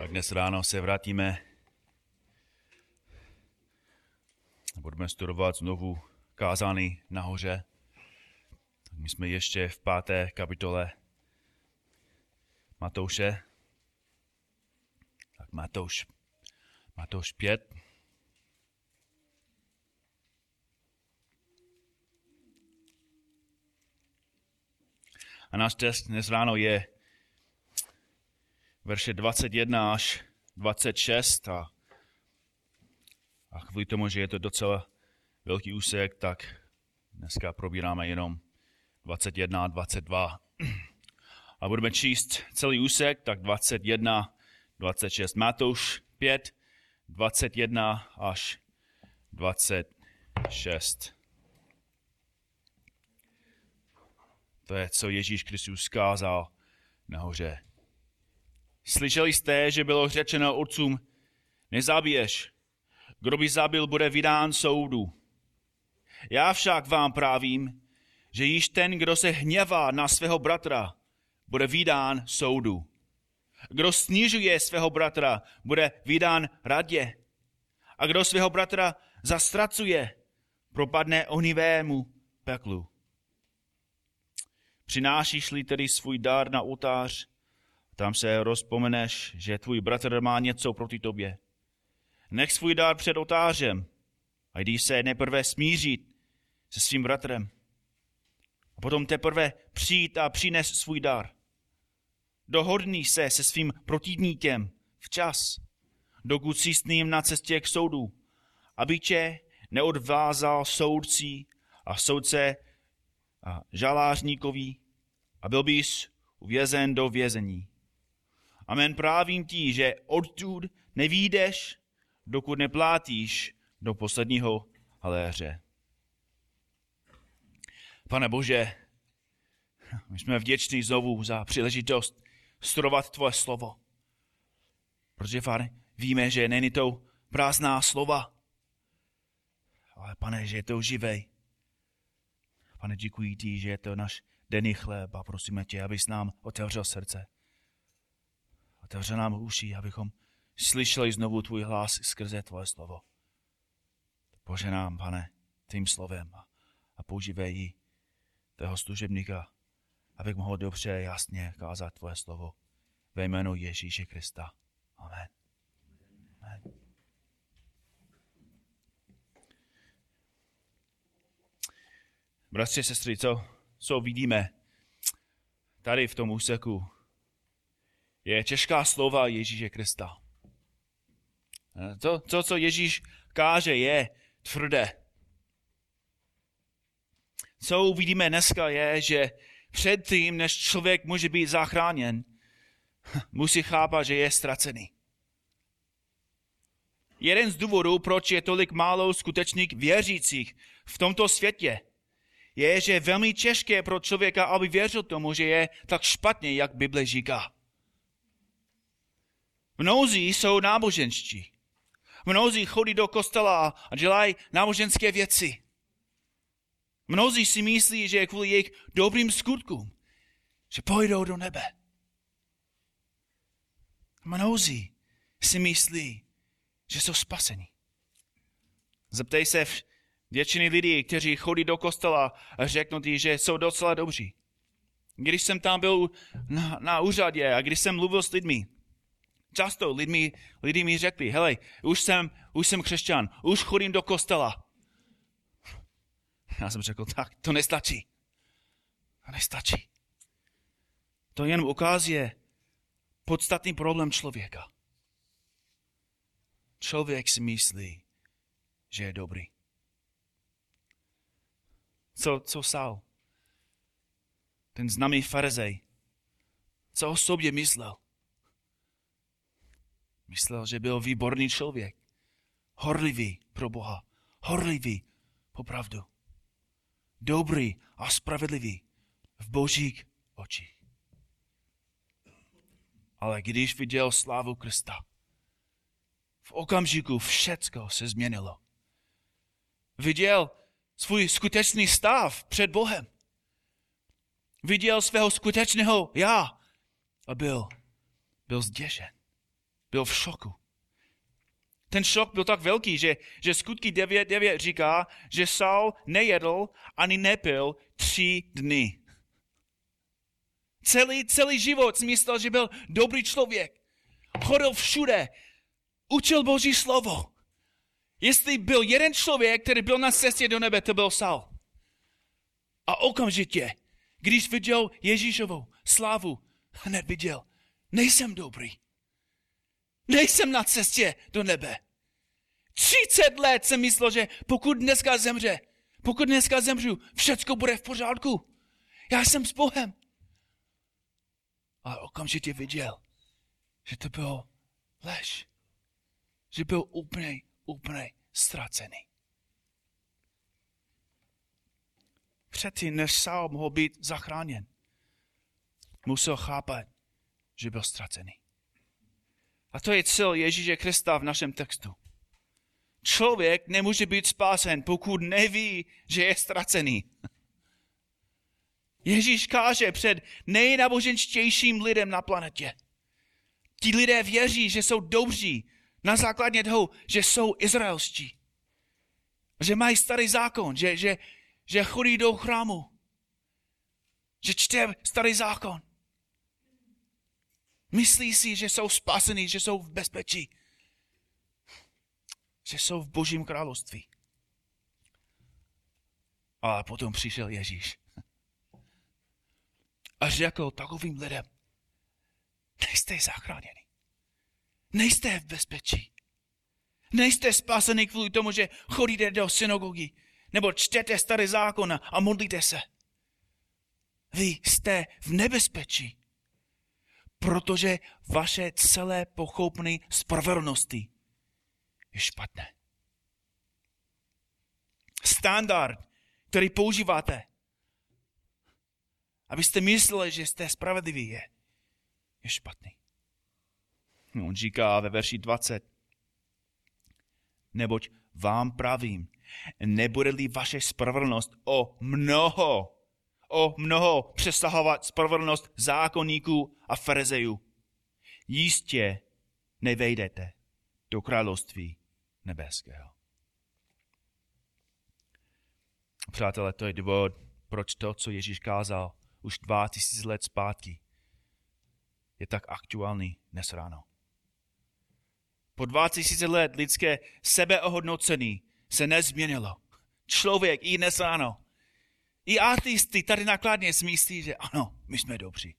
Tak dnes ráno se vrátíme a budeme studovat znovu kázání nahoře. My jsme ještě v 5. kapitole Matouše. Tak Matouš 5. A náš text dnes ráno je verše 21 až 26 a kvůli tomu, že je to docela velký úsek, tak dneska probíráme jenom 21 a 22. A budeme číst celý úsek, tak 21, 26. Matouš 5, 21 až 26. To je, co Ježíš Kristus zkázal nahoře. Slyšeli jste, že bylo řečeno otcům, nezabiješ, kdo by zabil, bude vydán soudu. Já však vám právím, že již ten, kdo se hněvá na svého bratra, bude vydán soudu. Kdo snižuje svého bratra, bude vydán radě. A kdo svého bratra zastracuje, propadne ohnivému peklu. Přinášíš-li tedy svůj dar na oltář, tam se rozpomeneš, že tvůj bratr má něco proti tobě. Nech svůj dar před oltářem a jdi se nejprve smířit se svým bratrem. A potom teprve přijít a přines svůj dar. Dohodni se svým protivníkem včas, dokud jsi s ním na cestě k soudu, aby tě neodvázal soudci a soudce a žalářníkovi a byl bys uvězen do vězení. Amen, právím ti, že odtud nevyjdeš, dokud neplátíš do posledního haléře. Pane Bože, my jsme vděční znovu za příležitost studovat tvoje slovo. Protože, Pane, víme, že není to prázdná slova, ale, Pane, že je to živej. Pane, děkuji ti, že je to náš denní chléb a prosíme tě, abys nám otevřel srdce. Otevřel nám uši, abychom slyšeli znovu tvůj hlas skrze tvoje slovo. Poženám, Pane, tím slovem a používej ji tého služebníka, abych mohl dobře, jasně kázat tvoje slovo ve jménu Ježíše Krista. Amen. Amen. Bratři, sestry, co vidíme tady v tom úseku, je těžká slova Ježíše Krista. To, co Ježíš káže, je tvrdé. Co uvidíme dneska je, že předtím, než člověk může být zachráněn, musí chápat, že je ztracený. Jeden z důvodů, proč je tolik málo skutečných věřících v tomto světě, je, že je velmi těžké pro člověka, aby věřil tomu, že je tak špatně, jak Bible říká. Mnozí jsou náboženští. Mnozí chodí do kostela a dělají náboženské věci. Mnozí si myslí, že kvůli jejich dobrým skutkům, že pojdou do nebe. Mnozí si myslí, že jsou spaseni. Zeptej se většiny lidí, kteří chodí do kostela a řeknou ti, že jsou docela dobří. Když jsem tam byl na úřadě a když jsem mluvil s lidmi, často lidi mi řekli, hele, už jsem křesťan, už chodím do kostela. Já jsem řekl, tak to nestačí. To nestačí. To jen ukazuje podstatný problém člověka. Člověk si myslí, že je dobrý. Co Saul? Ten známý farizej. Co o sobě myslel? Myslel, že byl výborný člověk. Horlivý pro Boha. Horlivý po pravdu. Dobrý a spravedlivý v Božích očích. Ale když viděl slávu Krista, v okamžiku všecko se změnilo. Viděl svůj skutečný stav před Bohem. Viděl svého skutečného já a byl zděšen. byl v šoku. Ten šok byl tak velký, že Skutky 9.9 říká, že Saul nejedl ani nepil 3 dny. Celý život si myslel, že byl dobrý člověk. Chodil všude, učil Boží slovo. Jestli byl jeden člověk, který byl na cestě do nebe, to byl Saul. A okamžitě, když viděl Ježíšovou slávu, hned viděl, nejsem dobrý. Nejsem na cestě do nebe. 30 let jsem myslel, že pokud dneska zemřu, všecko bude v pořádku. Já jsem s Bohem. Ale okamžitě viděl, že to bylo lež. Že byl úplně ztracený. Předtím, než Saul mohl být zachráněn, musel chápat, že byl ztracený. A to je cíl Ježíše Krista v našem textu. Člověk nemůže být spásen, pokud neví, že je ztracený. Ježíš káže před nejnáboženštějším lidem na planetě. Ti lidé věří, že jsou dobří na základě toho, že jsou izraelští. Že mají starý zákon, že chodí do chrámu. Že čte starý zákon. Myslí si, že jsou spasení, že jsou v bezpečí. Že jsou v Božím království. A potom přišel Ježíš. A řekl takovým lidem, nejste zachráněni. Nejste v bezpečí. Nejste spaseni kvůli tomu, že chodíte do synagogy, nebo čtete starý zákon a modlíte se. Vy jste v nebezpečí, protože vaše celé pochopení spravedlnosti je špatné. Standard, který používáte, abyste mysleli, že jste spravedliví, je špatný. On říká ve verši 20, neboť vám pravím, nebude-li vaše spravedlnost o mnoho přesahovat spravedlnost zákonníků a farizejů, jistě nevejdete do království nebeského. Přátelé, to je důvod, proč to, co Ježíš kázal už 2000 let zpátky, je tak aktuální dnes ráno. Po 2000 let lidské sebeohodnocení se nezměnilo. Člověk i dnes ráno, i ateisty tady nakladně si myslí, že ano, my jsme dobří.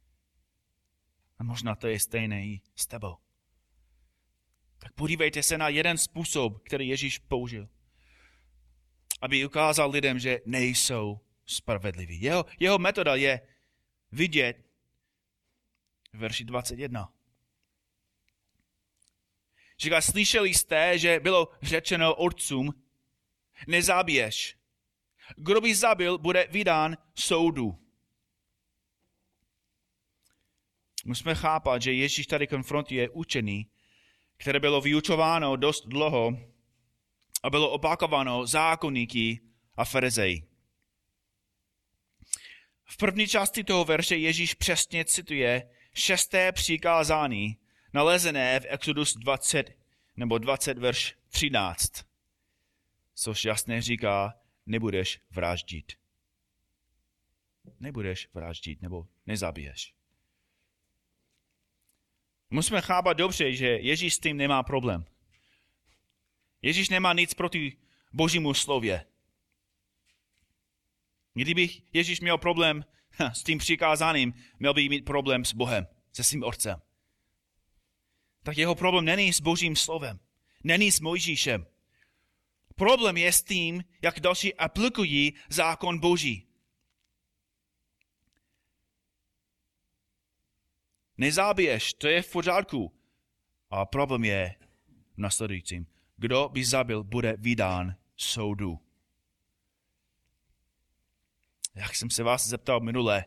A možná to je stejné i s tebou. Tak podívejte se na jeden způsob, který Ježíš použil, aby ukázal lidem, že nejsou spravedliví. Jeho metoda je vidět v verši 21. Říká, slyšeli jste, že bylo řečeno otcům, nezabiješ. Kdo by zabil, bude vydán soudu. Musíme chápat, že Ježíš tady konfrontuje učení, které bylo vyučováno dost dlouho a bylo opakováno zákonníky a farizeji. V první části toho verše Ježíš přesně cituje 6. přikázání, nalezené v Exodus 20 verš 13, což jasně říká, nebudeš vraždit. Nebudeš vraždit, nebo nezabiješ. Musíme chápat dobře, že Ježíš s tím nemá problém. Ježíš nemá nic proti Božímu slově. Kdyby Ježíš měl problém s tím přikázáním, měl by mít problém s Bohem, se svým otcem. Tak jeho problém není s Božím slovem, není s Mojžíšem. Problém je s tím, jak další aplikují zákon Boží. Nezabiješ, to je v pořádku. A problém je v následujícím. Kdo by zabil, bude vydán soudu. Jak jsem se vás zeptal minule,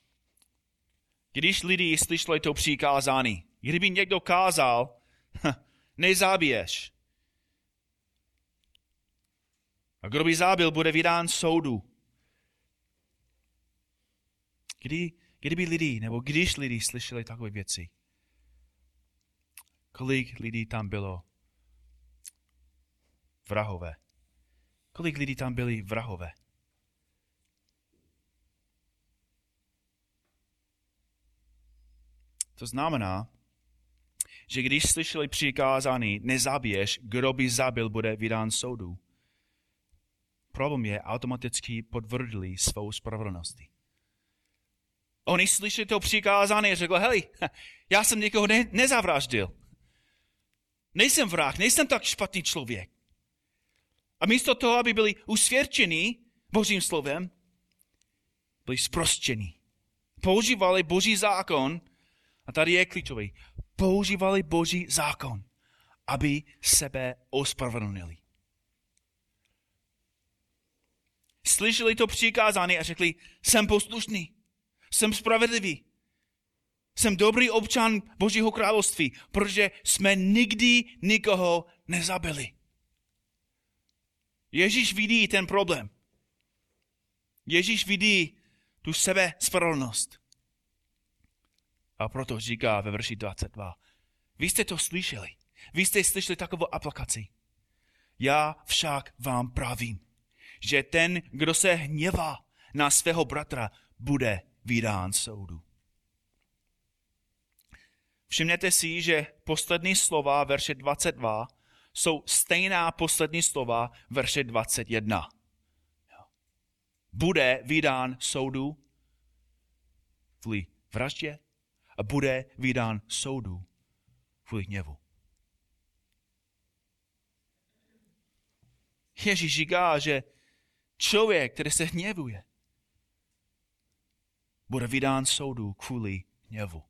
když lidi slyšeli to přikázání, kdyby někdo kázal, nezabiješ. A kdo by zabil, bude vydán soudu. Kdyby lidi, nebo když lidi slyšeli takové věci, Kolik lidí tam bylo vrahové? Kolik lidí tam byli vrahové? To znamená, že když slyšeli přikázání nezabiješ, kdo by zabil, bude vydán soudu. Problém je, automaticky potvrdili svou spravedlností. Oni slyšeli to přikázání a řekli, hej, já jsem někoho nezavraždil. Nejsem vrah, nejsem tak špatný člověk. A místo toho, aby byli usvědčeni Božím slovem, byli zprostěni. Používali Boží zákon, a tady je klíčový, používali Boží zákon, aby sebe ospravedlnili. Slyšeli to přikázání a řekli, jsem poslušný, jsem spravedlivý, jsem dobrý občan Božího království, protože jsme nikdy nikoho nezabili. Ježíš vidí ten problém. Ježíš vidí tu sebespravedlnost. A proto říká ve verši 22, vy jste to slyšeli. Vy jste slyšeli takovou aplikaci. Já však vám pravím, že ten, kdo se hněvá na svého bratra, bude vydán soudu. Všimněte si, že poslední slova verše 22 jsou stejná poslední slova verše 21. Bude vydán soudu kvůli vraždě a bude vydán soudu kvůli hněvu. Ježíš říká, že člověk, který se hněvuje, bude vydán soudu kvůli hněvu.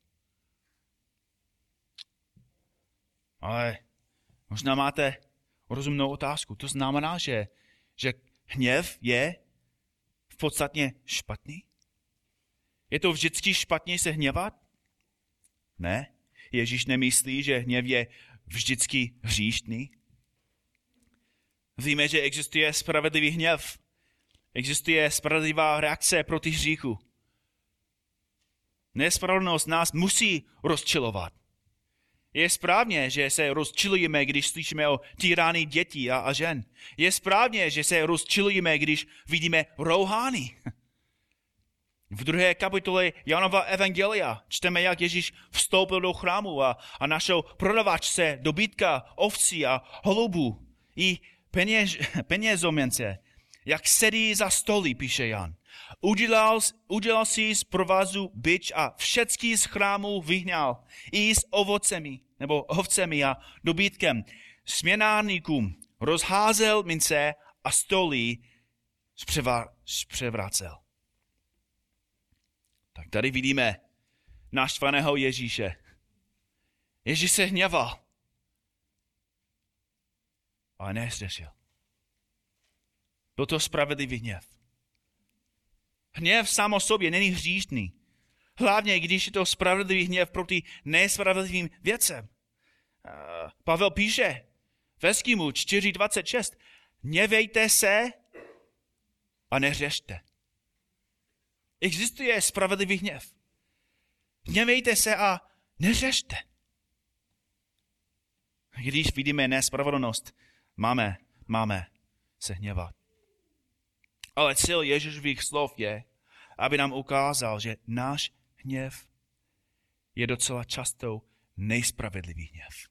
Ale možná máte rozumnou otázku. To znamená, že hněv je v podstatě špatný? Je to vždycky špatně se hněvat? Ne. Ježíš nemyslí, že hněv je vždycky hříšný. Víme, že existuje spravedlivý hněv. Existuje spravedlivá reakce proti hříchu. Nespravedlnost nás musí rozčilovat. Je správně, že se rozčilujeme, když slyšíme o týrání dětí a žen. Je správně, že se rozčilujeme, když vidíme rouhání. V 2. kapitole Janova evangelia čteme, jak Ježíš vstoupil do chrámu a našel prodavačce dobytka, ovcí a holubů i penězomence. Jak sedí za stoly, píše Jan. Udělal si z provazu bič a všecky z chrámu vyhnal. I s ovcemi a dobytkem. Směnárníkům rozházel mince a stoly převracel. Tak tady vidíme naštvaného Ježíše. Ježíš se hněval, ale nezřešil. Byl to spravedlivý hněv. Hněv sám o sobě není hříšný. Hlavně, když je to spravedlivý hněv proti nespravedlivým věcem. Pavel píše v Eskimu 4.26. Hněvejte se a neřešte. Existuje spravedlivý hněv. Hněvejte se a neřešte. Když vidíme nespravedlnost, máme se hněvat. Ale cíl Ježíšových slov je, aby nám ukázal, že náš hněv je docela často nejspravedlivý hněv.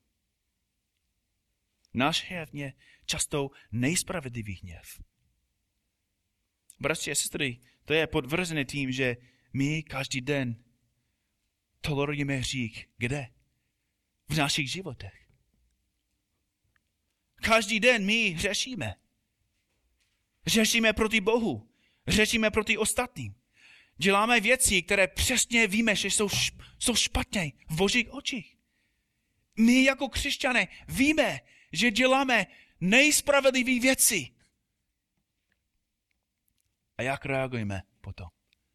Náš hněv je často nejspravedlivý hněv. Bratři a sestry, to je potvrzené tím, že my každý den tolerujeme hřích. Kde? V našich životech. Každý den my hřešíme. Řešíme proti Bohu. Řešíme proti ostatním. Děláme věci, které přesně víme, že jsou špatné v Božích očích. My jako křesťané víme, že děláme nejspravedlivé věci. A jak reagujeme potom?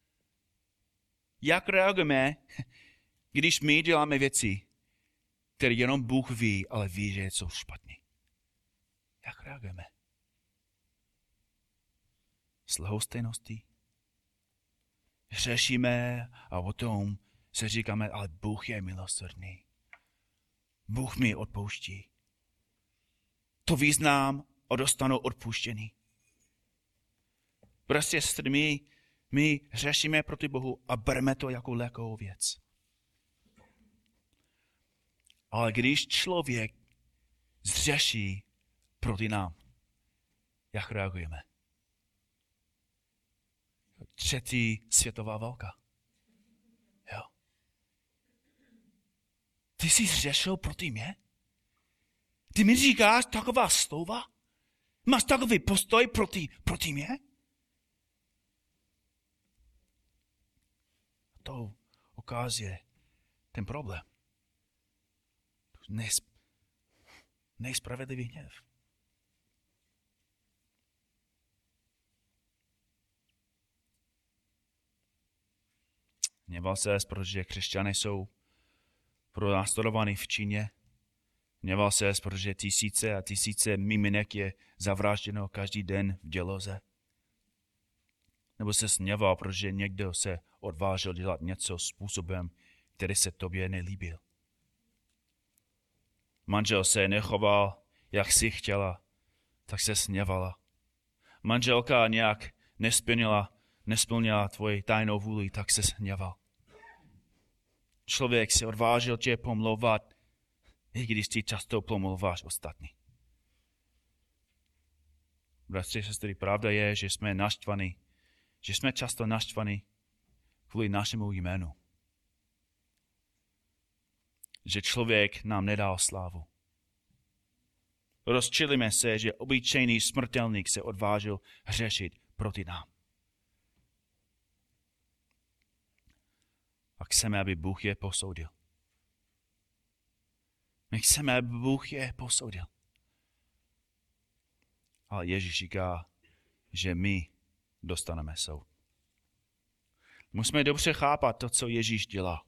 Jak reagujeme, když my děláme věci, které jenom Bůh ví, ale ví, že jsou špatné? Jak reagujeme? S lhostejností? Řešíme a o tom se říkáme, ale Bůh je milosrdný. Bůh mi odpouští. To vyznám a dostanu odpuštění. Prostě my řešíme proti Bohu a bereme to jako lehkou věc. Ale když člověk zřeší proti nám, jak reagujeme? Třetí světová válka. Jo. Ty jsi zřešil proti mě? Ty mi říkáš taková slova? Máš takový postoj proti mě? To ukazuje ten problém. Nejspravedlivý hněv. Hněval se, protože křesťané jsou pronásledovaní v Číně. Hněval se, protože tisíce a tisíce miminek je zavražděno každý den v děloze. Nebo se hněval, protože někdo se odvážil dělat něco způsobem, který se tobě nelíbil. Manžel se nechoval, jak si chtěla, tak se hněvala. Manželka nějak nesplnila tvoji tajnou vůli, tak se hněval. Člověk se odvážil tě pomlouvat, i když ty často pomlouváš ostatní. Bratři, sestry, pravda je, že jsme naštvaní, že jsme často naštvaní kvůli našemu jménu. Že člověk nám nedal slávu. Rozčilíme se, že obyčejný smrtelník se odvážil hřešit proti nám. A chceme, aby Bůh je posoudil. My chceme, aby Bůh je posoudil. Ale Ježíš říká, že my dostaneme soud. Musíme dobře chápat to, co Ježíš dělá.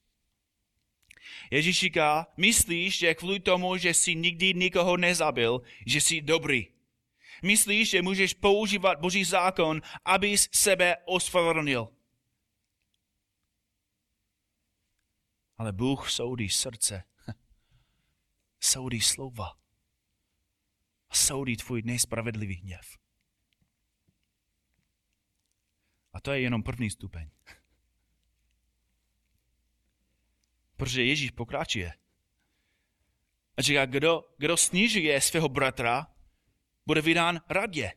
Ježíš říká, myslíš, že kvůli tomu, že jsi nikdy nikoho nezabil, že jsi dobrý. Myslíš, že můžeš používat Boží zákon, abys sebe ospravedlnil. Ale Bůh soudí srdce, soudí slova, soudí tvůj nespravedlivý hněv. A to je jenom první stupeň. Protože Ježíš pokračuje. A říká, kdo snižuje svého bratra, bude vydán radě.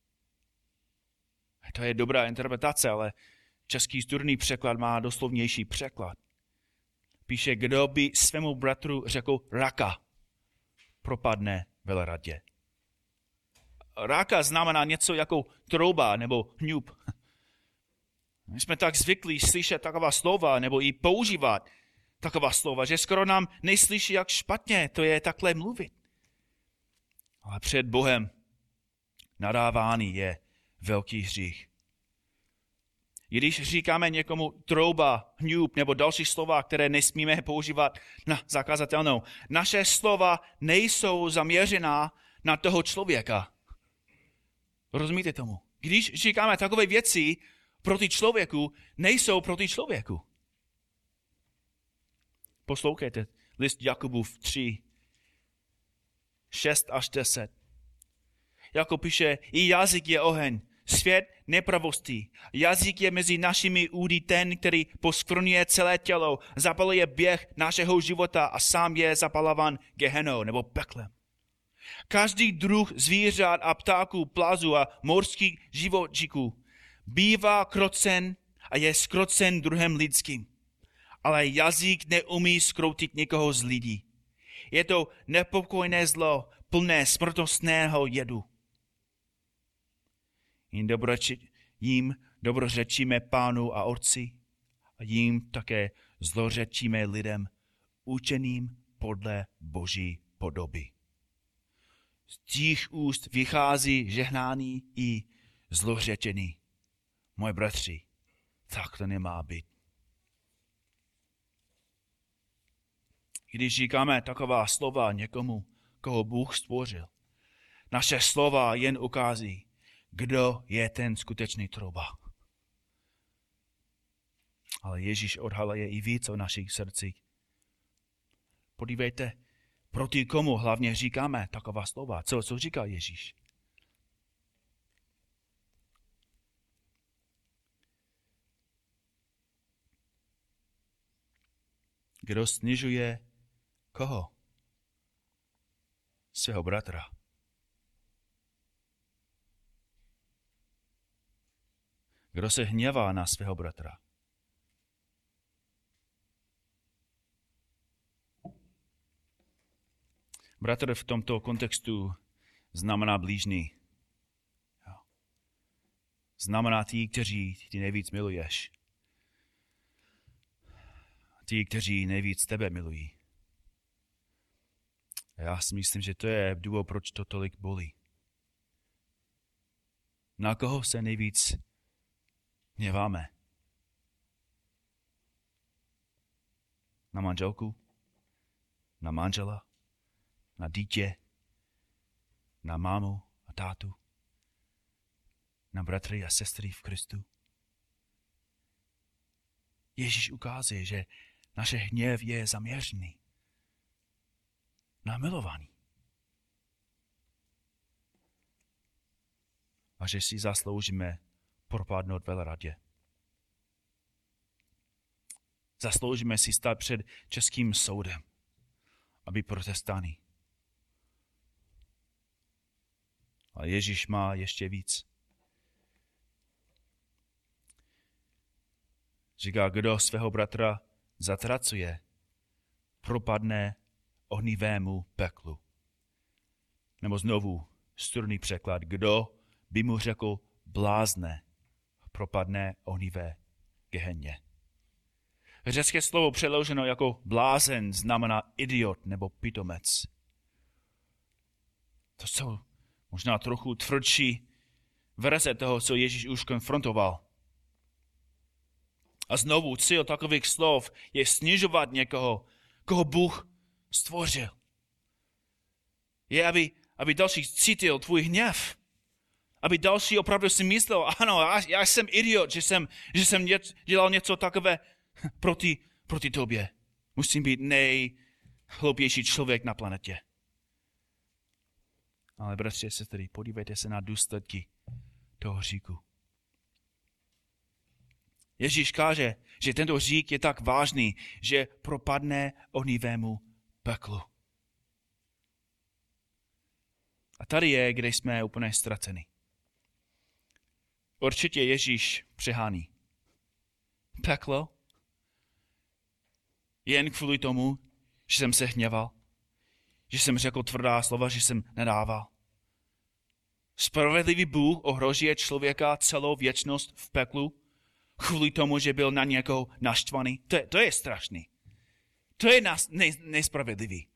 To je dobrá interpretace, ale český studijní překlad má doslovnější překlad. Píše, kdo by svému bratru řekl raka, propadne veleradě. Raka znamená něco jako trouba nebo hňub. My jsme tak zvyklí slyšet taková slova nebo i používat taková slova, že skoro nám neslyší, jak špatně to je takhle mluvit. Ale před Bohem nadávání je velký hřích. Když říkáme někomu trouba, hňub nebo další slova, které nesmíme používat na zakazatelnou, naše slova nejsou zaměřená na toho člověka. Rozumíte tomu? Když říkáme takové věci proti člověku, nejsou proti člověku. Poslouchejte list Jakubův 3, 6 až 10. Jakub píše, i jazyk je oheň, svět nepravosti. Jazyk je mezi našimi údy ten, který poskvrňuje celé tělo, zapaluje běh našeho života a sám je zapalován gehenou nebo peklem. Každý druh zvířat a ptáků, plazů a mořských živočichů bývá krocen a je zkrocen druhem lidským. Ale jazyk neumí zkroutit někoho z lidí. Je to nepokojné zlo, plné smrtostného jedu. Jím dobrořečíme Pánu a Otci a jím také zlořečíme lidem, učeným podle Boží podoby. Z těch úst vychází žehnání i zlořečení. Moji bratři, tak to nemá být. Když říkáme taková slova někomu, koho Bůh stvořil, naše slova jen ukází, kdo je ten skutečný trouba. Ale Ježíš odhaluje i víc o našich srdcích. Podívejte, Proti komu hlavně říkáme taková slova? Co říká Ježíš? Kdo snižuje koho? Svého bratra. Kdo se hněvá na svého bratra? Bratr v tomto kontextu znamená blížný. Znamená ty, kteří ty nejvíc miluješ. Ty, kteří nejvíc tebe milují. Já si myslím, že to je důvod, proč to tolik bolí. Na koho se nejvíc hněváme? Na manželku? Na manžela? Na dítě? Na mámu a tátu? Na bratry a sestry v Kristu? Ježíš ukazuje, že naše hněv je zaměřený na milování. A že si zasloužíme propadnout veleradě. Zasloužíme si stát před českým soudem, aby protestáni. A Ježíš má ještě víc. Říká, kdo svého bratra zatracuje, propadne ohnivému peklu. Nebo znovu studný překlad, kdo by mu řekl blázne, propadne ohnivé gehenně. Řecké slovo přeloženo jako blázen znamená idiot nebo pitomec. To jsou možná trochu tvrdší verze toho, co Ježíš už konfrontoval. A znovu cíl takových slov je snižovat někoho, koho Bůh stvořil. Je, aby další cítil tvůj hněv. Aby další opravdu si myslel, ano, já jsem idiot, že jsem dělal něco takové proti tobě. Musím být nejhloupější člověk na planetě. Ale bratři a sestry, podívejte se na důsledky toho hříchu. Ježíš káže, že tento hřích je tak vážný, že propadne ohnivému peklu. A tady je, kde jsme úplně ztraceni. Určitě Ježíš přehání. Peklo? Jen kvůli tomu, že jsem se hněval, že jsem řekl tvrdá slova, že jsem nedával. Spravedlivý Bůh ohrožuje člověka celou věčnost v peklu kvůli tomu, že byl na někoho naštvaný. To je strašný. To je nespravedlivý.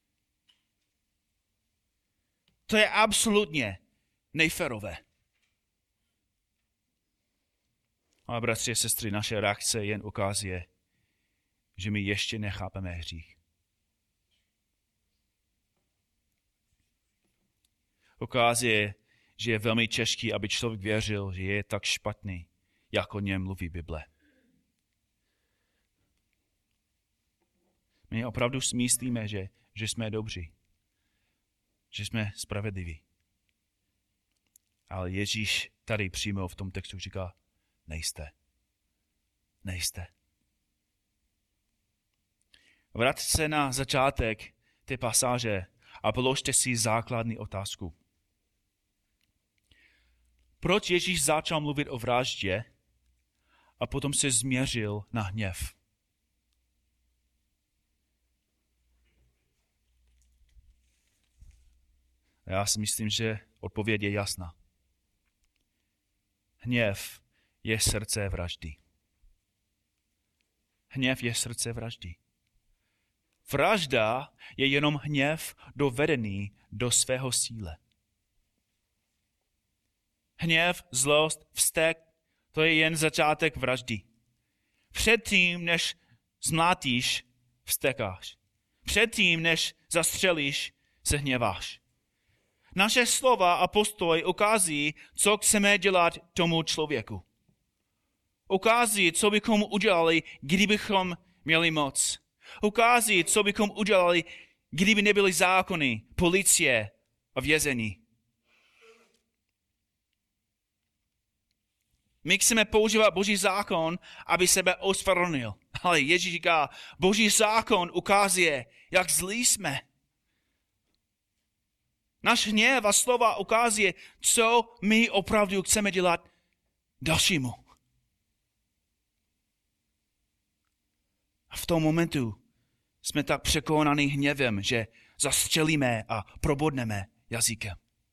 To je absolutně nejférové. Ale bratři a sestry, naše reakce jen ukazuje, že my ještě nechápeme hřích. Ukazuje, že je velmi těžký, aby člověk věřil, že je tak špatný, jak o něm mluví Bible. My opravdu si myslíme, že jsme dobří, že jsme spravedliví. Ale Ježíš tady přímo v tom textu říká, nejste. Nejste. Vraťte se na začátek té pasáže a položte si základní otázku. Proč Ježíš začal mluvit o vraždě a potom se změřil na hněv? Já si myslím, že odpověď je jasná. Hněv je srdce vraždy. Hněv je srdce vraždy. Vražda je jenom hněv dovedený do svého síle. Hněv, zlost, vztek, to je jen začátek vraždy. Předtím, než zmlátíš, vztekáš. Předtím, než zastřelíš, se hněváš. Naše slova a postoj ukáží, co chceme dělat tomu člověku. Ukáží, co bychom udělali, kdybychom měli moc. Ukáží, co bychom udělali, kdyby nebyly zákony, policie a vězení. My chceme používat Boží zákon, aby sebe ospravedlnil. Ale Ježíš říká, Boží zákon ukazuje, jak zlí jsme. Náš hněv a slova ukazuje, co my opravdu chceme dělat dalšímu. A v tom momentu jsme tak překonaní hněvem, že zastřelíme a probodneme jazykem.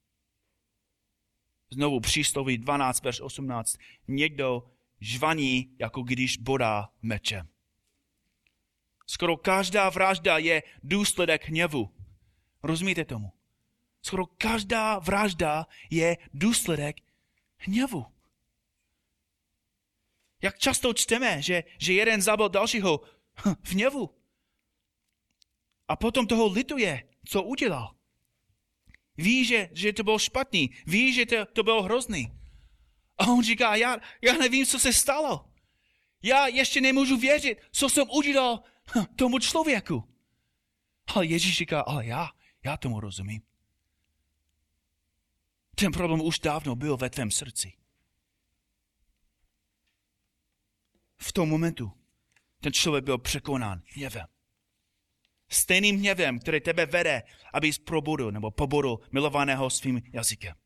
Znovu přísloví 12, verš 18. Někdo žvaní, jako když bodá mečem. Skoro každá vražda je důsledek hněvu. Rozumíte tomu? Skoro každá vražda je důsledek hněvu. Jak často čteme, že jeden zabil dalšího v hněvu. A potom toho lituje, co udělal. Ví, že to bylo špatný. Ví, že to bylo hrozný. A on říká, já nevím, co se stalo. Já ještě nemůžu věřit, co jsem udělal tomu člověku. Ale Ježíš říká, ale já tomu rozumím. Ten problém už dávno byl ve tvém srdci. V tom momentu ten člověk byl překonán hněvem. Stejným hněvem, který tebe vede, abys probudil nebo pobudil milovaného svým jazykem.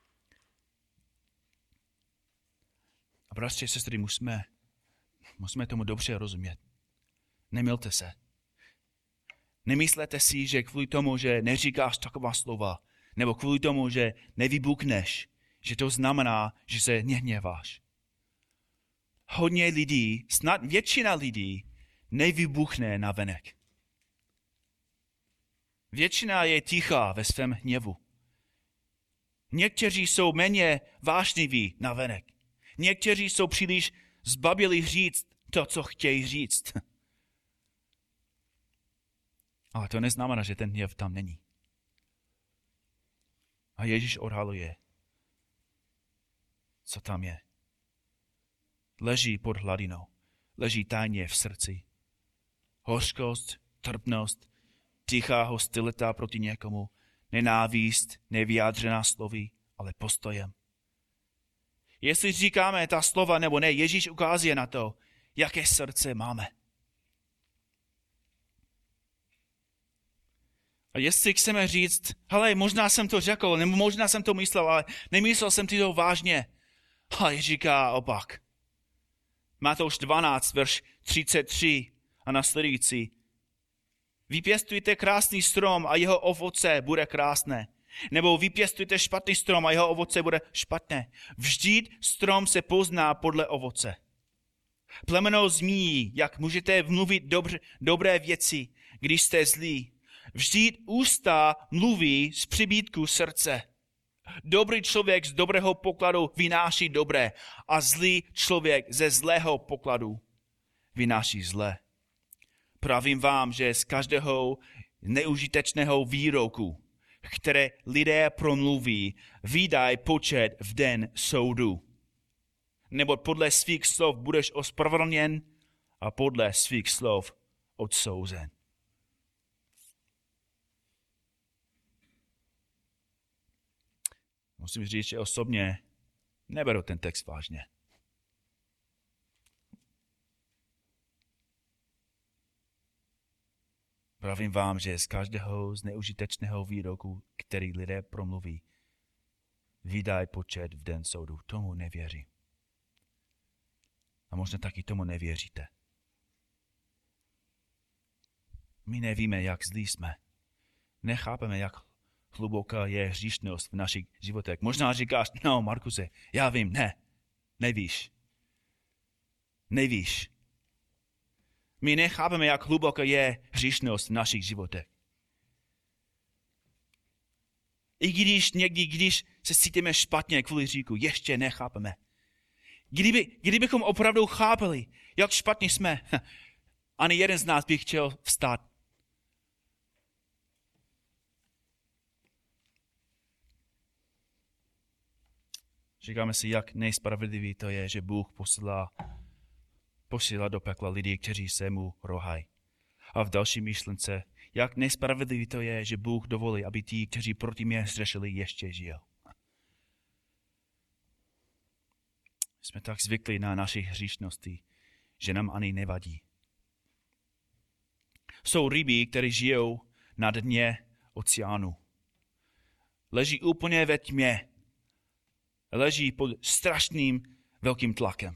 A bratři a sestry, musíme tomu dobře rozumět. Nemylte se. Nemyslete si, že kvůli tomu, že neříkáš taková slova, nebo kvůli tomu, že nevybukneš, že to znamená, že se nehněváš. Hodně lidí, snad většina lidí, nevybuchne na venek. Většina je tichá ve svém hněvu. Někteří jsou méně vášniví na venek. Někteří jsou příliš zbabělí říct to, co chtějí říct. Ale to neznamená, že ten hněv tam není. A Ježíš odhaluje, co tam je. Leží pod hladinou. Leží tajně v srdci. Hořkost, trpnost, tichá hostilita proti někomu, nenávist, nevyjádřená slovy, ale postojem. Jestli říkáme ta slova nebo ne, Ježíš ukazuje na to, jaké srdce máme. A jestli chceme říct, hele, možná jsem to řekl, nebo možná jsem to myslel, ale nemyslel jsem to vážně. A Ježíš říká opak. Matouš 12, verš 33 a následující. Vypěstujte krásný strom a jeho ovoce bude krásné. Nebo vypěstujte špatný strom a jeho ovoce bude špatné. Vždyť strom se pozná podle ovoce. Plemeno zmíní, jak můžete mluvit dobré věci, když jste zlí. Vždyť ústa mluví z přibýtku srdce. Dobrý člověk z dobrého pokladu vynáší dobré a zlý člověk ze zlého pokladu vynáší zlé. Pravím vám, že z každého neužitečného výroku, které lidé promluví, vydají počet v den soudu. Nebo podle svých slov budeš ospravedlněn a podle svých slov odsouzen. Musím říct, že osobně neberu ten text vážně. Pravím vám, že z každého z neužitečného výroku, který lidé promluví, vydají počet v den soudu. Tomu nevěří. A možná taky tomu nevěříte. My nevíme, jak zlí jsme. Nechápeme, jak hluboká je hříšnost v našich životech. Možná říkáš, no Markuse, já vím, nevíš. Nevíš. My nechápeme, jak hluboká je hříšnost v našich životech. I když se cítíme špatně kvůli hříchu, ještě nechápeme. Kdybychom opravdu chápali, jak špatně jsme, ani jeden z nás by chtěl vstát. Říkáme si, jak nejspravedlivý to je, že Bůh posílá do pekla lidi, kteří se mu rohají. A v další myšlence, jak nespravedlivý to je, že Bůh dovolí, aby ti, kteří proti mě zřešili, ještě žil. Jsme tak zvyklí na naši hříšnosti, že nám ani nevadí. Jsou ryby, které žijou na dně oceánu. Leží úplně ve tmě. Leží pod strašným velkým tlakem.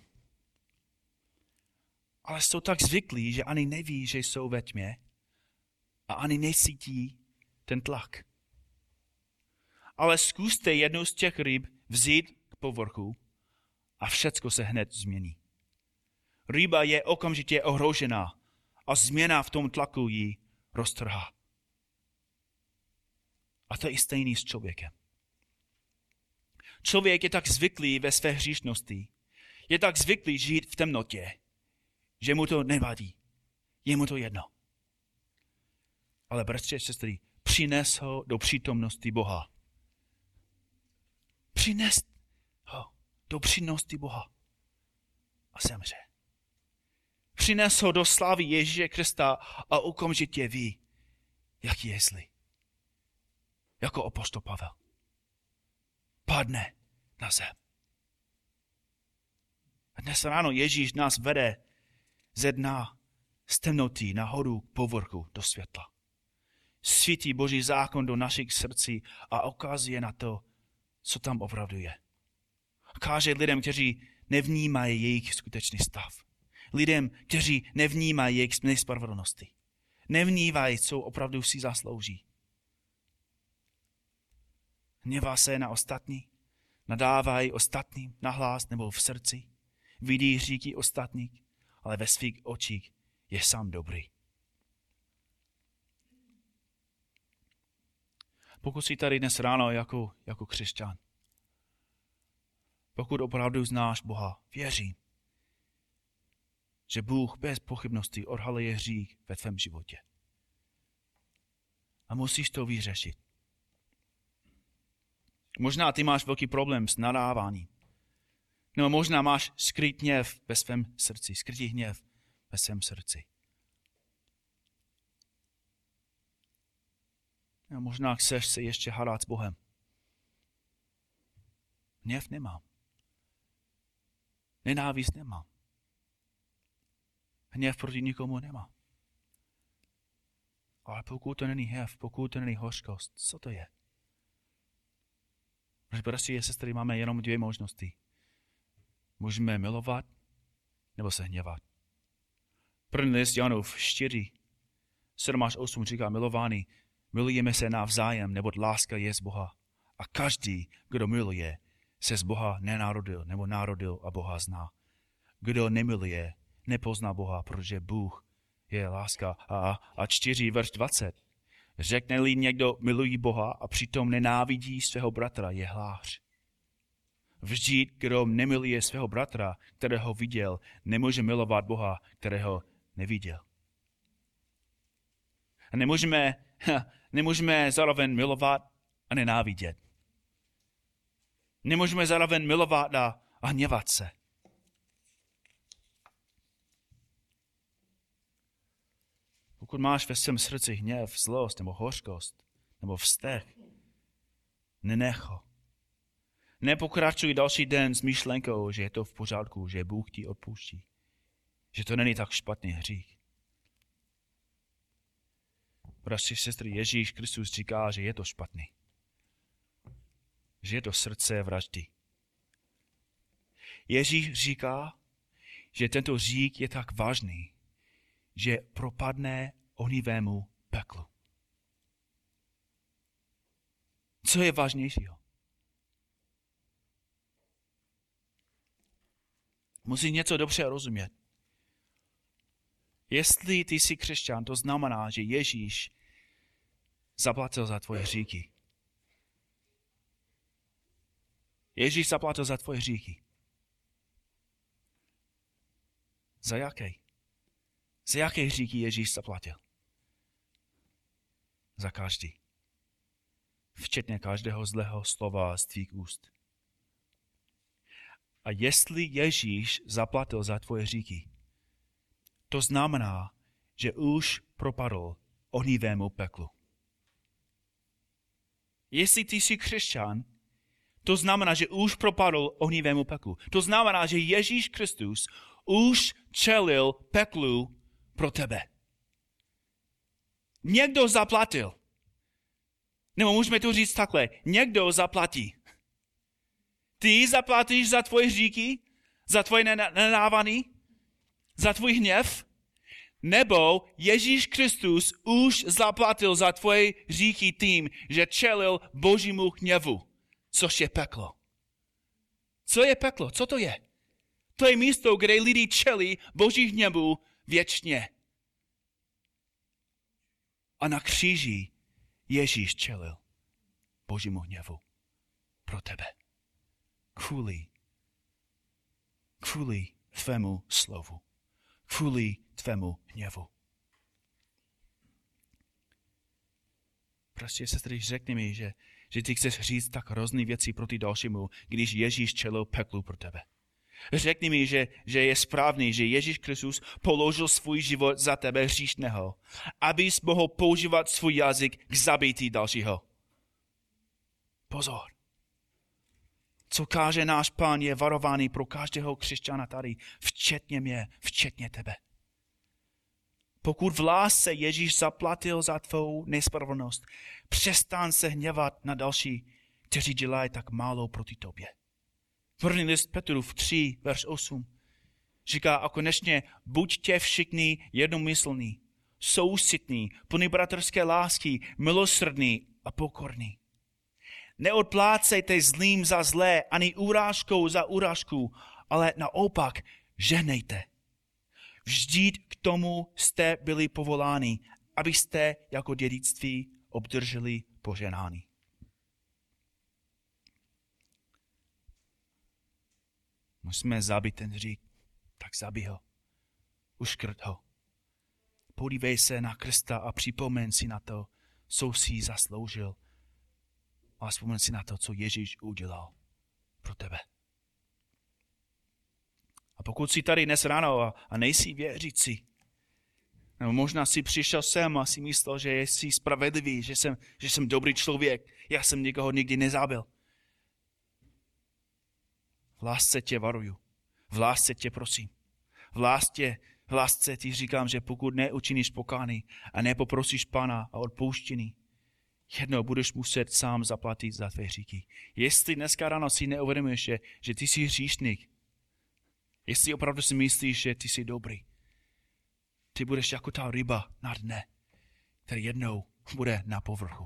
Ale jsou tak zvyklí, že ani neví, že jsou ve tmě a ani necítí ten tlak. Ale zkuste jednu z těch ryb vzít k povrchu a všecko se hned změní. Ryba je okamžitě ohrožená a změna v tom tlaku ji roztrhá. A to je i stejný s člověkem. Člověk je tak zvyklý ve své hříšnosti, je tak zvyklý žít v temnotě, že mu to nevadí. Je mu to jedno. Ale bratři a sestry, přines ho do přítomnosti Boha. Přines ho do přítomnosti Boha a zemře. Přines ho do slávy Ježíše Krista a okamžitě ví, jaký je zlý. Jako apoštol Pavel. Padne na zem. A dnes ráno Ježíš nás vede ze dna, z temnoty nahoru k povrchu do světla. Svítí Boží zákon do našich srdcí a ukazuje na to, co tam opravdu je. Káže lidem, kteří nevnímají jejich skutečný stav. Lidem, kteří nevnímají jejich nespravedlnosti. Nevnímají, co opravdu si zaslouží. Hněvá se na ostatní, nadávají ostatním nahlas nebo v srdci. Vidí hříchy ostatních, ale ve svých očích je sám dobrý. Pokud jsi tady dnes ráno jako křesťan, pokud opravdu znáš Boha, věřím, že Bůh bez pochybností odhaluje hřích ve tvém životě. A musíš to vyřešit. Možná ty máš velký problém s nadáváním. Nebo možná máš skrytý hněv ve svém srdci, skrytý hněv ve svém srdci. Nebo možná chceš se ještě hádat s Bohem. Hněv nemám. Nenávist nemám. Hněv proti nikomu nemám. Ale pokud to není hněv, pokud to není hořkost, co to je? Bratři a sestry, máme jenom dvě možnosti. Můžeme milovat nebo se hněvat. První list Janův 4, 7 až 8 říká milovaní, milujeme se navzájem, neboť láska je z Boha. A každý, kdo miluje, se z Boha nenarodil nebo narodil a Boha zná. Kdo nemiluje, nepozná Boha, protože Bůh je láska. A 4, verš 20. Řekne-li někdo milují Boha a přitom nenávidí svého bratra, je lhář. Vždyť, kdo nemiluje svého bratra, kterého viděl, nemůže milovat Boha, kterého neviděl. A nemůžeme zároveň milovat a nenávidět. Nemůžeme zároveň milovat a hněvat se. Pokud máš ve svém srdci hněv, zlost nebo hořkost nebo vztek, nenech ho. Nepokračuj další den s myšlenkou, že je to v pořádku, že Bůh ti odpustí. Že to není tak špatný hřích. Bratři, sestry, Ježíš Kristus říká, že je to špatný. Že je to srdce vraždy. Ježíš říká, že tento hřích je tak vážný, že propadne ohnivému peklu. Co je vážnějšího? Musí něco dobře rozumět. Jestli ty jsi křesťan, to znamená, že Ježíš zaplatil za tvoje hříchy. Ježíš zaplatil za tvoje hříchy. Za jaké? Za jaké hříchy Ježíš zaplatil? Za každý. Včetně každého zlého slova z tvých úst. A jestli Ježíš zaplatil za tvoje hříchy, to znamená, že už propadl ohnivému peklu. Jestli ty jsi křesťan, to znamená, že už propadl ohnivému peklu. To znamená, že Ježíš Kristus už čelil peklu pro tebe. Někdo zaplatil. Nebo můžeme to říct takhle. Někdo zaplatí. Ty zaplatíš za tvoje hříchy, za tvoje nenávany, za tvůj hněv, nebo Ježíš Kristus už zaplatil za tvoje hříchy tím, že čelil Božímu hněvu, což je peklo. Co je peklo? Co to je? To je místo, kde lidi čelí Boží hněvu věčně. A na kříži Ježíš čelil Božímu hněvu pro tebe. Kvůli tvému slovu. Kvůli tvému hněvu. Prostě sestry, řekni mi, že ty chceš říct tak hrozný věci proti dalšímu, když Ježíš čelil peklu pro tebe. Řekni mi, že je správný, že Ježíš Kristus položil svůj život za tebe hříšného, abys mohl používat svůj jazyk k zabití dalšího. Pozor. Co káže náš Pán, je varování pro každého křesťana tady, včetně mě, včetně tebe. Pokud v lásce Ježíš zaplatil za tvou nespravedlnost, přestaň se hněvat na další, kteří dělají tak málo proti tobě. První list Petrův 3, verš 8 říká, a konečně buďte všichni jednomyslní, soucitní, plní bratrské lásky, milosrdní a pokorní. Neodplácejte zlým za zlé, ani urážkou za urážku, ale naopak žehnejte. Vždyť k tomu jste byli povoláni, abyste jako dědictví obdrželi požehnání. Musíme zabít ten hřích, tak zabij ho. Uškrt ho. Podívej se na Krista a připomeň si na to, co jsi zasloužil. A vzpomeň si na to, co Ježíš udělal pro tebe. A pokud jsi tady dnes ráno a nejsi věřící, nebo možná jsi přišel sem a si myslel, že jsi spravedlivý, že jsem dobrý člověk, já jsem nikoho nikdy nezabil. V lásce tě varuju. V lásce tě prosím. V lásce ti říkám, že pokud neučiníš pokání a nepoprosíš Pana a odpouštění, jednou budeš muset sám zaplatit za tvé hříchy. Jestli dneska ráno si neuvědomuješ, že ty jsi hříšník, jestli opravdu si myslíš, že ty jsi dobrý, ty budeš jako ta ryba na dne, který jednou bude na povrchu.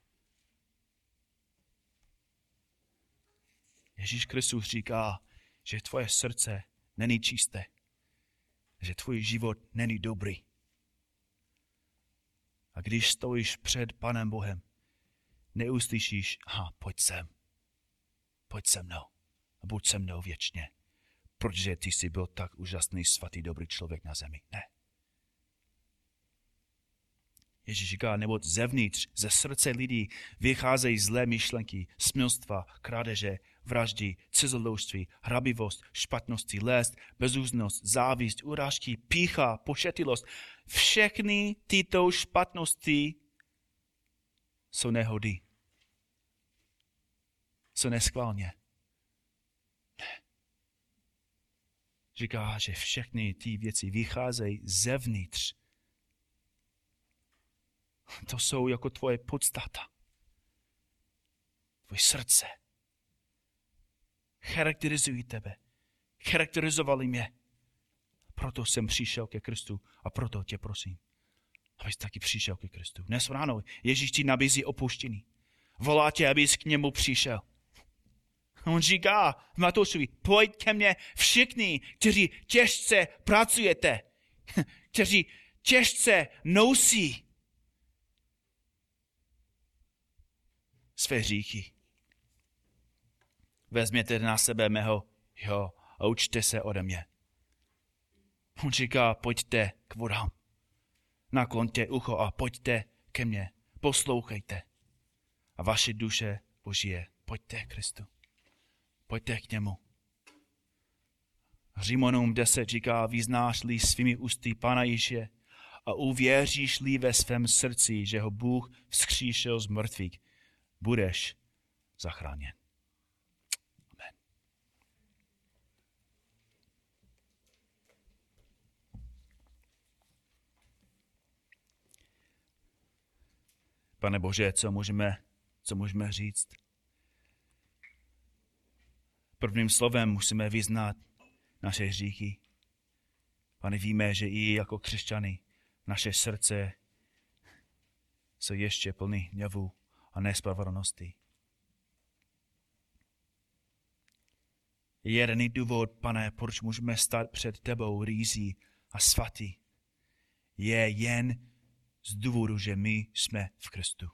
Ježíš Kristus říká, že tvoje srdce není čisté, že tvůj život není dobrý. A když stojíš před Panem Bohem, neuslyšíš, pojď se mnou a buď se mnou věčně, protože ty jsi byl tak úžasný, svatý, dobrý člověk na zemi. Ne. Ježíš říká, neboť zevnitř, ze srdce lidí vycházejí zlé myšlenky, smilstva, krádeže, vraždy, cizoloužství, hrabivost, špatnosti, lest, bezúznost, závist, urážky, pýcha, pošetilost. Všechny tyto špatnosti jsou nehody. Jsou neschválně. Ne. Říká, že všechny ty věci vycházejí zevnitř. To jsou jako tvoje podstata. Tvoje srdce. Charakterizují tebe. Charakterizovali mě. Proto jsem přišel ke Kristu a proto tě prosím, abys taky přišel ke Kristu. Dnes ráno Ježíš ti nabízí opuštění. Volá tě, abys k němu přišel. On říká v Matoušovi, pojď ke mně všichni, kteří těžce pracujete, kteří těžce nosí své hříchy. Vezměte na sebe mého a učte se ode mě. On říká, pojďte k vodám. Nakloňte ucho a pojďte ke mně. Poslouchejte. A vaše duše ožije. Pojďte k Kristu. Pojďte k němu. Římanům 10 říká, vyznáš-li svými ústy Pána Ježíše a uvěříš-li ve svém srdci, že ho Bůh vzkříšil z mrtvých, budeš zachráněn. Amen. Pane Bože, co můžeme říct? Prvním slovem musíme vyznat naše hříchy. Pane, víme, že i jako křesťany naše srdce jsou ještě plný hněvu a nespravedlnosti. Jediný důvod, Pane, proč můžeme stát před tebou rýzí a svatý, je jen z důvodu, že my jsme v Kristu.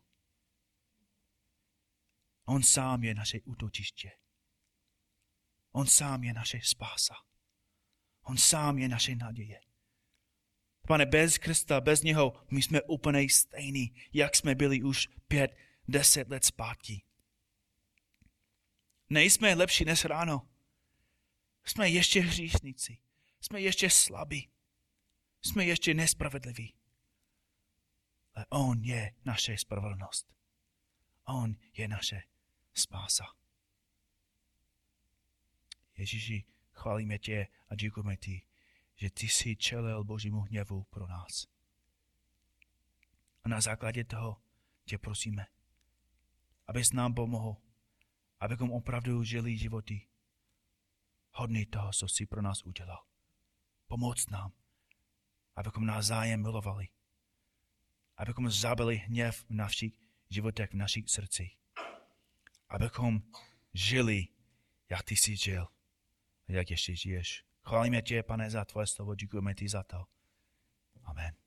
On sám je naše útočiště. On sám je naše spása. On sám je naše naděje. Pane, bez Krista, bez něho, my jsme úplně stejní, jak jsme byli už 5-10 let zpátky. Nejsme lepší než ráno. Jsme ještě hříšníci. Jsme ještě slabí. Jsme ještě nespravedliví. Ale on je naše spravedlnost. On je naše spása. Ježíši, chválíme tě a děkujeme ti, že ty jsi čelil Božímu hněvu pro nás. A na základě toho tě prosíme, abys nám pomohl, abychom opravdu žili životy hodný toho, co jsi pro nás udělal. Pomoc nám, abychom nás zájem milovali, abychom zabili hněv v našich životech, v našich srdcích, abychom žili, jak ty jsi žil, jak ještě žiješ. Chválíme tě, Pane, za tvoje slovo, děkujeme ti za to. Amen.